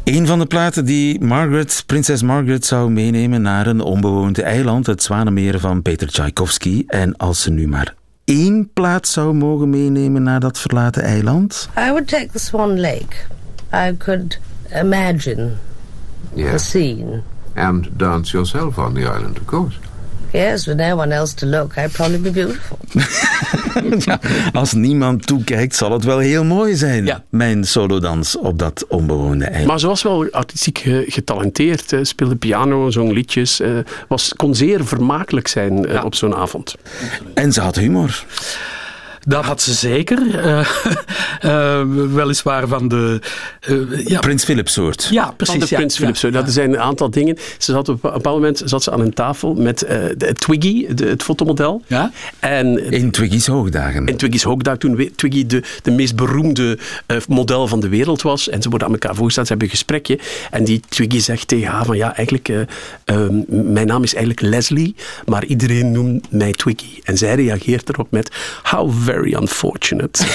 A: Een van de platen die Margaret, prinses Margaret zou meenemen naar een onbewoond eiland, het Zwanemeer van Peter Tchaikovsky. En als ze nu maar één plaat zou mogen meenemen naar dat verlaten eiland?
E: I would take the Swan Lake. I could imagine
J: Yeah.
E: the scene.
J: And dance yourself on the island, of course.
E: Yes, with no one else to look, I'd probably be beautiful.
A: Ja, als niemand toekijkt, zal het wel heel mooi zijn.
G: Ja.
A: Mijn solodans op dat onbewoonde eiland.
H: Maar ze was wel artistiek ge- getalenteerd, eh, speelde piano, zong liedjes, eh, was, kon zeer vermakelijk zijn eh,
G: Ja.
H: op zo'n avond.
A: En ze had humor.
G: Dat had ze zeker. Uh, uh, weliswaar van de... Uh, ja.
A: Prins Philip soort.
G: Ja,
H: Van
G: precies.
H: de
G: ja,
H: Prins
G: ja,
H: Philip. Zo.
G: ja.
H: Dat zijn een aantal dingen. Ze zat op een bepaald moment zat ze aan een tafel met uh, de Twiggy, de, het fotomodel.
G: Ja?
H: En
A: In Twiggy's hoogdagen.
H: En Twiggy's Hoogdag, toen we- Twiggy de, de meest beroemde uh, model van de wereld was. En ze worden aan elkaar voorgesteld, ze hebben een gesprekje. En die Twiggy zegt tegen haar van ja, eigenlijk, uh, uh, mijn naam is eigenlijk Leslie, maar iedereen noemt mij Twiggy. En zij reageert erop met, how very unfortunate.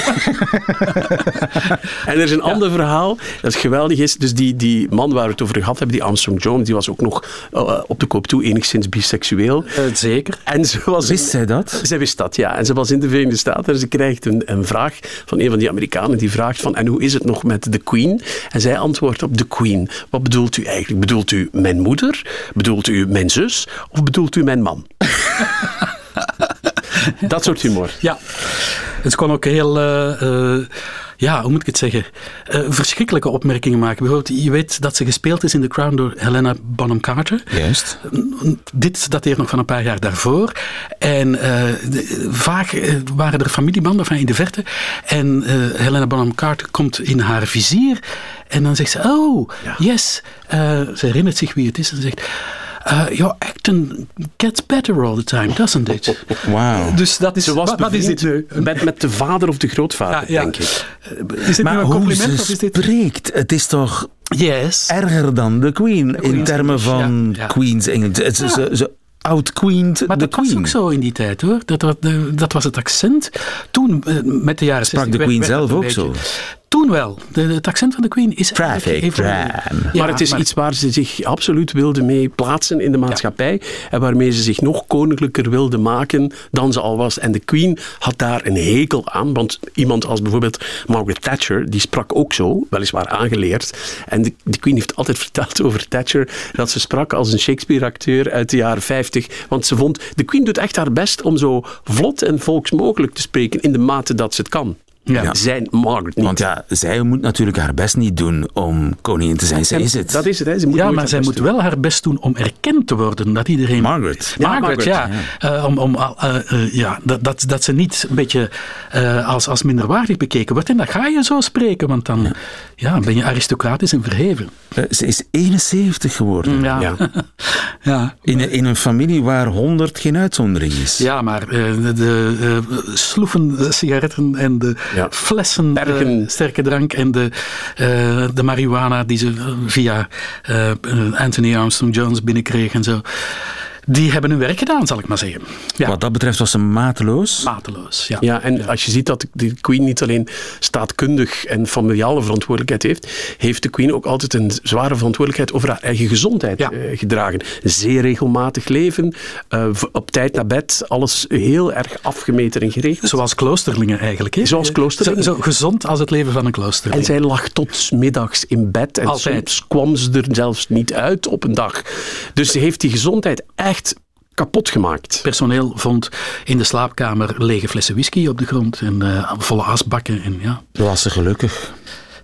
H: En er is een ja. ander verhaal dat geweldig is. Dus die, die man waar we het over gehad hebben, die Armstrong Jones, die was ook nog uh, op de koop toe enigszins biseksueel.
G: Uh, zeker.
H: En ze was
A: Wist zij dat?
H: Zij wist dat, ja. En ze was in de Verenigde Staten en ze krijgt een, een vraag van een van die Amerikanen die vraagt van, en hoe is het nog met de Queen? En zij antwoordt op de Queen. Wat bedoelt u eigenlijk? Bedoelt u mijn moeder? Bedoelt u mijn zus? Of bedoelt u mijn man? Dat soort humor.
G: Ja. Het kon ook heel... Uh, uh, ja, hoe moet ik het zeggen? Uh, verschrikkelijke opmerkingen maken. Bijvoorbeeld, je weet dat ze gespeeld is in The Crown door Helena Bonham Carter.
A: Juist.
G: Dit dateert nog van een paar jaar daarvoor. En uh, de, vaak uh, waren er familiebanden van in de verte. En uh, Helena Bonham Carter komt in haar vizier. En dan zegt ze, oh, ja. yes. Uh, ze herinnert zich wie het is. En ze zegt... Uh, your acting gets better all the time, doesn't it?
A: Wauw.
G: Dus dat is...
H: Ze was
G: wat, wat is dit nu?
H: Met, met de vader of de grootvader,
G: ja, ja.
H: denk ik.
G: Is dit
A: maar
G: nu een compliment?
A: hoe ze
G: Of is dit...
A: spreekt, het is toch
G: yes.
A: erger dan de Queen,
G: De Queen's
A: in termen
G: English,
A: van
G: ja, ja.
A: Queen's Engels. Ze, ze, ze, ze out-queened
G: Maar
A: de
G: dat was
A: Queen.
G: ook zo in die tijd, hoor. Dat, dat, dat was het accent. Toen, met de jaren
A: Sprak
G: zestig...
A: de Queen
G: werd, werd
A: zelf
G: een
A: ook
G: beetje.
A: zo?
G: Toen wel. De, het accent van de Queen is...
A: Traffic
G: even,
A: jam.
G: Ja,
H: maar het is
G: maar,
H: iets waar ze zich absoluut wilde mee plaatsen in de maatschappij. Ja. En waarmee ze zich nog koninklijker wilde maken dan ze al was. En de Queen had daar een hekel aan. Want iemand als bijvoorbeeld Margaret Thatcher, die sprak ook zo, weliswaar aangeleerd. En de, de Queen heeft altijd verteld over Thatcher dat ze sprak als een Shakespeare-acteur uit de jaren vijftig. Want ze vond, de Queen doet echt haar best om zo vlot en volksmogelijk te spreken in de mate dat ze het kan. Ja. Ja. Zijn Margaret niet.
A: Want ja, zij moet natuurlijk haar best niet doen om koningin te zijn. Zij is het.
H: Dat is het. Hè. Ze moet
G: ja, maar zij moet
H: doen.
G: wel haar best doen om erkend te worden. Dat iedereen...
A: Margaret.
G: Ja, Margaret, ja.
A: ja.
G: Uh, om, om, uh, uh, ja dat, dat, dat ze niet een beetje uh, als, als minderwaardig bekeken wordt. En dan ga je zo spreken, want dan ja. Ja, ben je aristocratisch en verheven.
A: Uh, ze is eenenzeventig geworden.
G: Ja.
H: Ja.
G: ja.
A: In, een, in een familie waar honderd geen uitzondering is.
G: Ja, maar uh, de, de uh, sloeven de sigaretten en de ja. flessen uh, sterke drank en de, uh, de marihuana die ze via uh, Anthony Armstrong Jones binnenkreeg en zo. Die hebben hun werk gedaan, zal ik maar zeggen. Ja.
A: Wat dat betreft was ze mateloos.
G: Mateloos, ja.
H: Ja, en ja. als je ziet dat de Queen niet alleen staatkundig en familiale verantwoordelijkheid heeft, heeft de Queen ook altijd een zware verantwoordelijkheid over haar eigen gezondheid ja. uh, gedragen. Zeer regelmatig leven, uh, op tijd naar bed, alles heel erg afgemeten en geregeld.
G: Zoals kloosterlingen eigenlijk. Hè?
H: Zoals kloosterlingen.
G: Zo, zo gezond als het leven van een kloosterling.
H: En zij lag tot middags in bed en
G: Altijd.
H: soms kwam ze er zelfs niet uit op een dag. Dus ze heeft die gezondheid echt kapot gemaakt.
G: Personeel vond in de slaapkamer lege flessen whisky op de grond en uh, volle asbakken. En, ja.
A: Zo was ze gelukkig.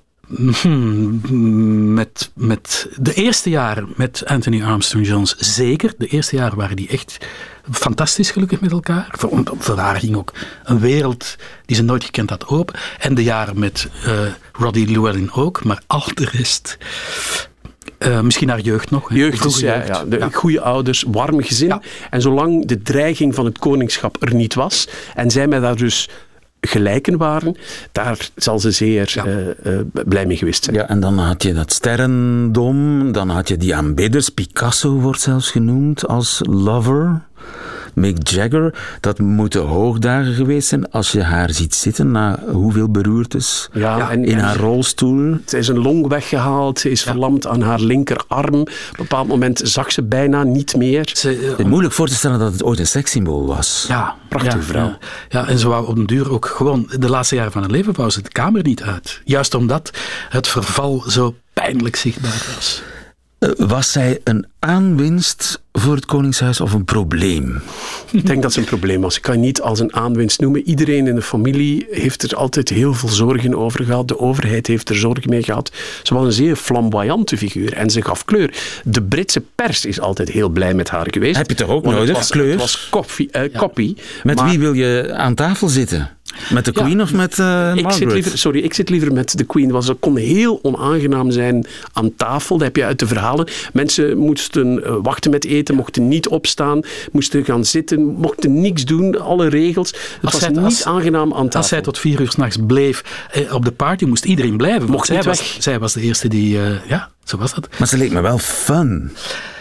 G: Hmm, met, met de eerste jaren met Anthony Armstrong Jones zeker. De eerste jaren waren die echt fantastisch gelukkig met elkaar. Voor, voor haar ging ook een wereld die ze nooit gekend had open. En de jaren met uh, Roddy Llewellyn ook. Maar al de rest... Uh, misschien haar jeugd nog.
H: Jeugd is, ja, ja, de ja. goede ouders, warm gezin. Ja. En zolang de dreiging van het koningschap er niet was en zij met haar dus gelijken waren, daar zal ze zeer ja. uh, uh, blij mee geweest zijn.
A: Ja, en dan had je dat sterrendom, dan had je die aanbidders. Picasso wordt zelfs genoemd als lover. Mick Jagger. Dat moeten hoogdagen geweest zijn als je haar ziet zitten na hoeveel beroertes
H: ja, en,
A: in
H: en,
A: haar rolstoel.
H: Ze is een long weggehaald, ze is ja. verlamd aan haar linkerarm. Op een bepaald moment zag ze bijna niet meer.
A: Ze, uh, het is moeilijk voor te stellen dat het ooit een sekssymbool was.
G: Ja,
H: prachtige
G: ja,
H: vrouw.
G: Ja, ja, en ze wou op den duur ook gewoon de laatste jaren van haar leven wou ze de kamer niet uit. Juist omdat het verval zo pijnlijk zichtbaar was.
A: Uh, was zij een aanwinst voor het Koningshuis of een probleem?
H: Ik denk dat ze een probleem was. Ik kan het niet als een aanwinst noemen. Iedereen in de familie heeft er altijd heel veel zorgen over gehad. De overheid heeft er zorgen mee gehad. Ze was een zeer flamboyante figuur en ze gaf kleur. De Britse pers is altijd heel blij met haar geweest.
A: Heb je toch ook nodig,
H: het was,
A: kleur?
H: Het was koffie, uh, ja. koppie.
A: Met
H: maar...
A: wie wil je aan tafel zitten? Met de Queen ja, of met uh, Margaret?
H: Ik zit liever, sorry, ik zit liever met de Queen. Want ze kon heel onaangenaam zijn aan tafel. Dat heb je uit de verhalen. Mensen moesten uh, wachten met eten, mochten niet opstaan, moesten gaan zitten, mochten niks doen, alle regels. Het
G: als
H: was
G: zij,
H: niet
G: als,
H: aangenaam aan tafel.
G: Als zij tot vier uur 's nachts bleef eh, op de party, moest iedereen blijven.
H: Mocht
G: zij
H: niet
G: was,
H: weg.
G: Zij was de eerste die... Uh, ja, zo was dat.
A: Maar ze leek me wel fun.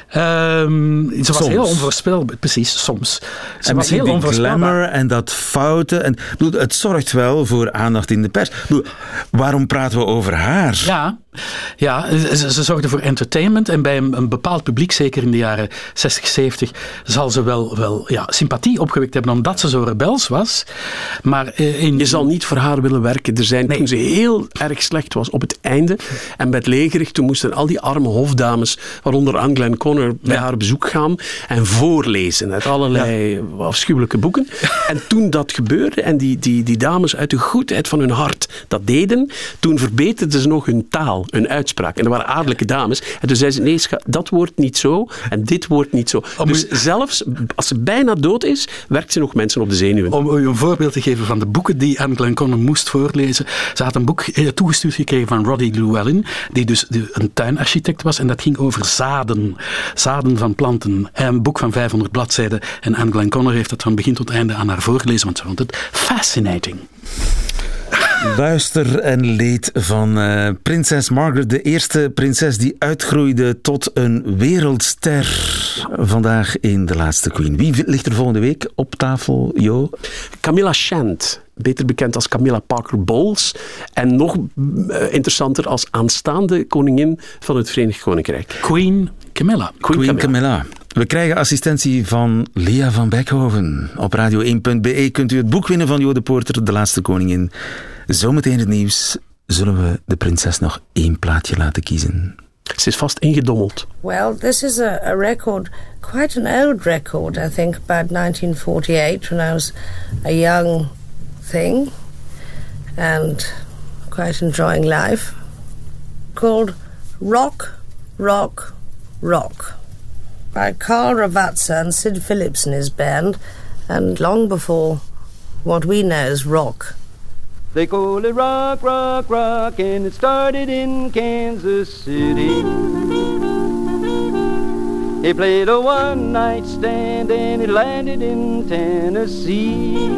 G: Um, ze was
A: soms.
G: heel onvoorspelbaar, precies, soms. Ze
A: en
G: was heel
A: die
G: onvoorspelbaar.
A: glamour en dat fouten. En, bedoel, het zorgt wel voor aandacht in de pers. Bedoel, waarom praten we over haar?
G: Ja, ja ze, ze zorgde voor entertainment en bij een, een bepaald publiek, zeker in de jaren zestig, zeventig, zal ze wel, wel ja, sympathie opgewekt hebben omdat ze zo rebels was. Maar, uh, in...
H: Je zal niet voor haar willen werken. Er zijn, nee. Toen ze heel erg slecht was op het einde en bij het legerrecht, toen moesten al die arme hofdames, waaronder Anne Glenconner, bij ja. haar op bezoek gaan en voorlezen uit allerlei ja. afschuwelijke boeken. En toen dat gebeurde en die, die, die dames uit de goedheid van hun hart dat deden, toen verbeterden ze nog hun taal, hun uitspraak. En dat waren adellijke dames. En toen zeiden ze, nee, scha- dat wordt niet zo en dit wordt niet zo. Om dus u... zelfs als ze bijna dood is, werkt ze nog mensen op de zenuwen.
G: Om u een voorbeeld te geven van de boeken die Anne Glenconner moest voorlezen. Ze had een boek toegestuurd gekregen van Roddy Llewellyn, die dus een tuinarchitect was en dat ging over zaden. Zaden van planten. Een boek van vijfhonderd bladzijden. En Anne Glenconner heeft dat van begin tot einde aan haar voorgelezen, want ze vond het fascinating.
A: Luister en leed van uh, prinses Margaret, de eerste prinses die uitgroeide tot een wereldster. Vandaag in De Laatste Queen. Wie ligt er volgende week op tafel, Jo?
H: Camilla Shand, beter bekend als Camilla Parker Bowles. En nog uh, interessanter als aanstaande koningin van het Verenigd Koninkrijk.
G: Queen Camilla.
A: Queen, Queen Camilla. Camilla. We krijgen assistentie van Lea van Beckhoven. Op radio één punt b e kunt u het boek winnen van Jo de Poorter, De Laatste Koningin. Zometeen het nieuws. Zullen we de prinses nog één plaatje laten kiezen?
H: Ze is vast ingedommeld.
E: Well, this is a, a record, quite an old record, I think, about nineteen forty-eight, when I was a young thing and quite enjoying life, called Rock, Rock, Rock, by Carl Ravazza and Sid Phillips and his band, and long before what we know as rock.
K: They call it rock, rock, rock, and it started in Kansas City. He played a one-night stand and it landed in Tennessee.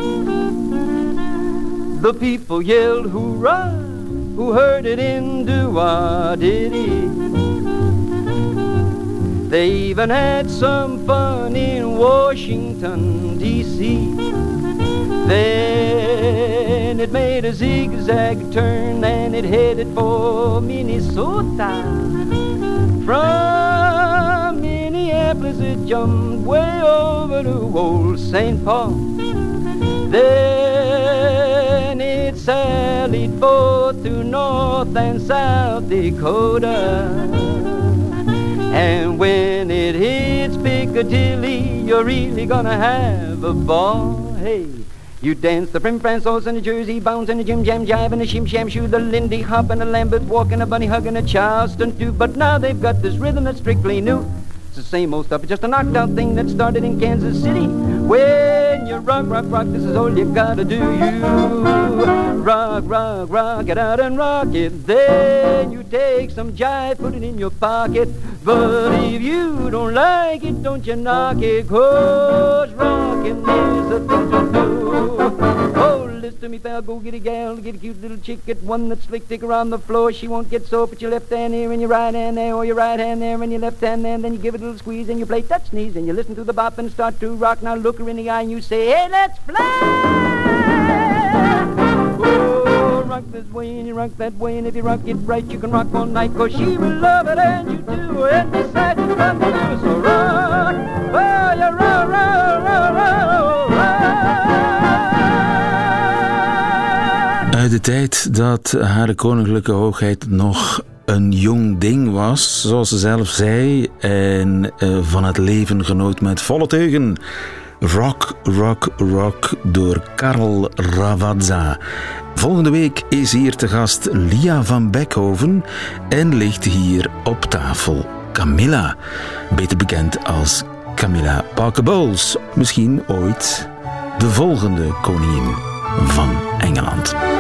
K: The people yelled hoorah, who heard it in Doo-Wah-Diddy. They even had some fun in Washington, D C Then it made a zigzag turn and it headed for Minnesota. From Minneapolis it jumped way over to old Saint Paul. Then it sallied both to North and South Dakota. And when it hits Piccadilly, you're really gonna have a ball. Hey, you dance the prim Francois and the Jersey bounce and the Jim Jam Jive and the Shim Sham Shoe, the Lindy Hop and the Lambert Walk and the Bunny Hug and the Charleston too. But now they've got this rhythm that's strictly new. It's the same old stuff, it's just a knocked out thing that started in Kansas City. When you rock, rock, rock, this is all you gotta do. You rock, rock, rock it out and rock it. Then you take some jive, put it in your pocket. But if you don't like it, don't you knock it. 'Cause rockin' is the thing to do. Oh, listen to me, pal, go get a gal, get a cute little chick, get one that's slick, stick her on the floor. She won't get soap, but your left hand here and your right hand there, or your right hand there and your left hand there, and then you give it a little squeeze and you play touch knees, and you listen to the bop and start to rock. Now look her in the eye and you say, hey, let's fly! Oh, rock this way and you rock that way, and if you rock it right, you can rock all night, 'cause she will love it and you do, and decide to run to do. So rock, oh, you rock, rock, rock, rock, rock.
A: Uit de tijd dat Hare Koninklijke Hoogheid nog een jong ding was, zoals ze zelf zei, en uh, van het leven genoot met volle teugen. Rock, Rock, Rock door Karl Rawazza. Volgende week is hier te gast Lia van Beckhoven en ligt hier op tafel Camilla, beter bekend als Camilla Parker Bowles. Misschien ooit de volgende koningin van Engeland.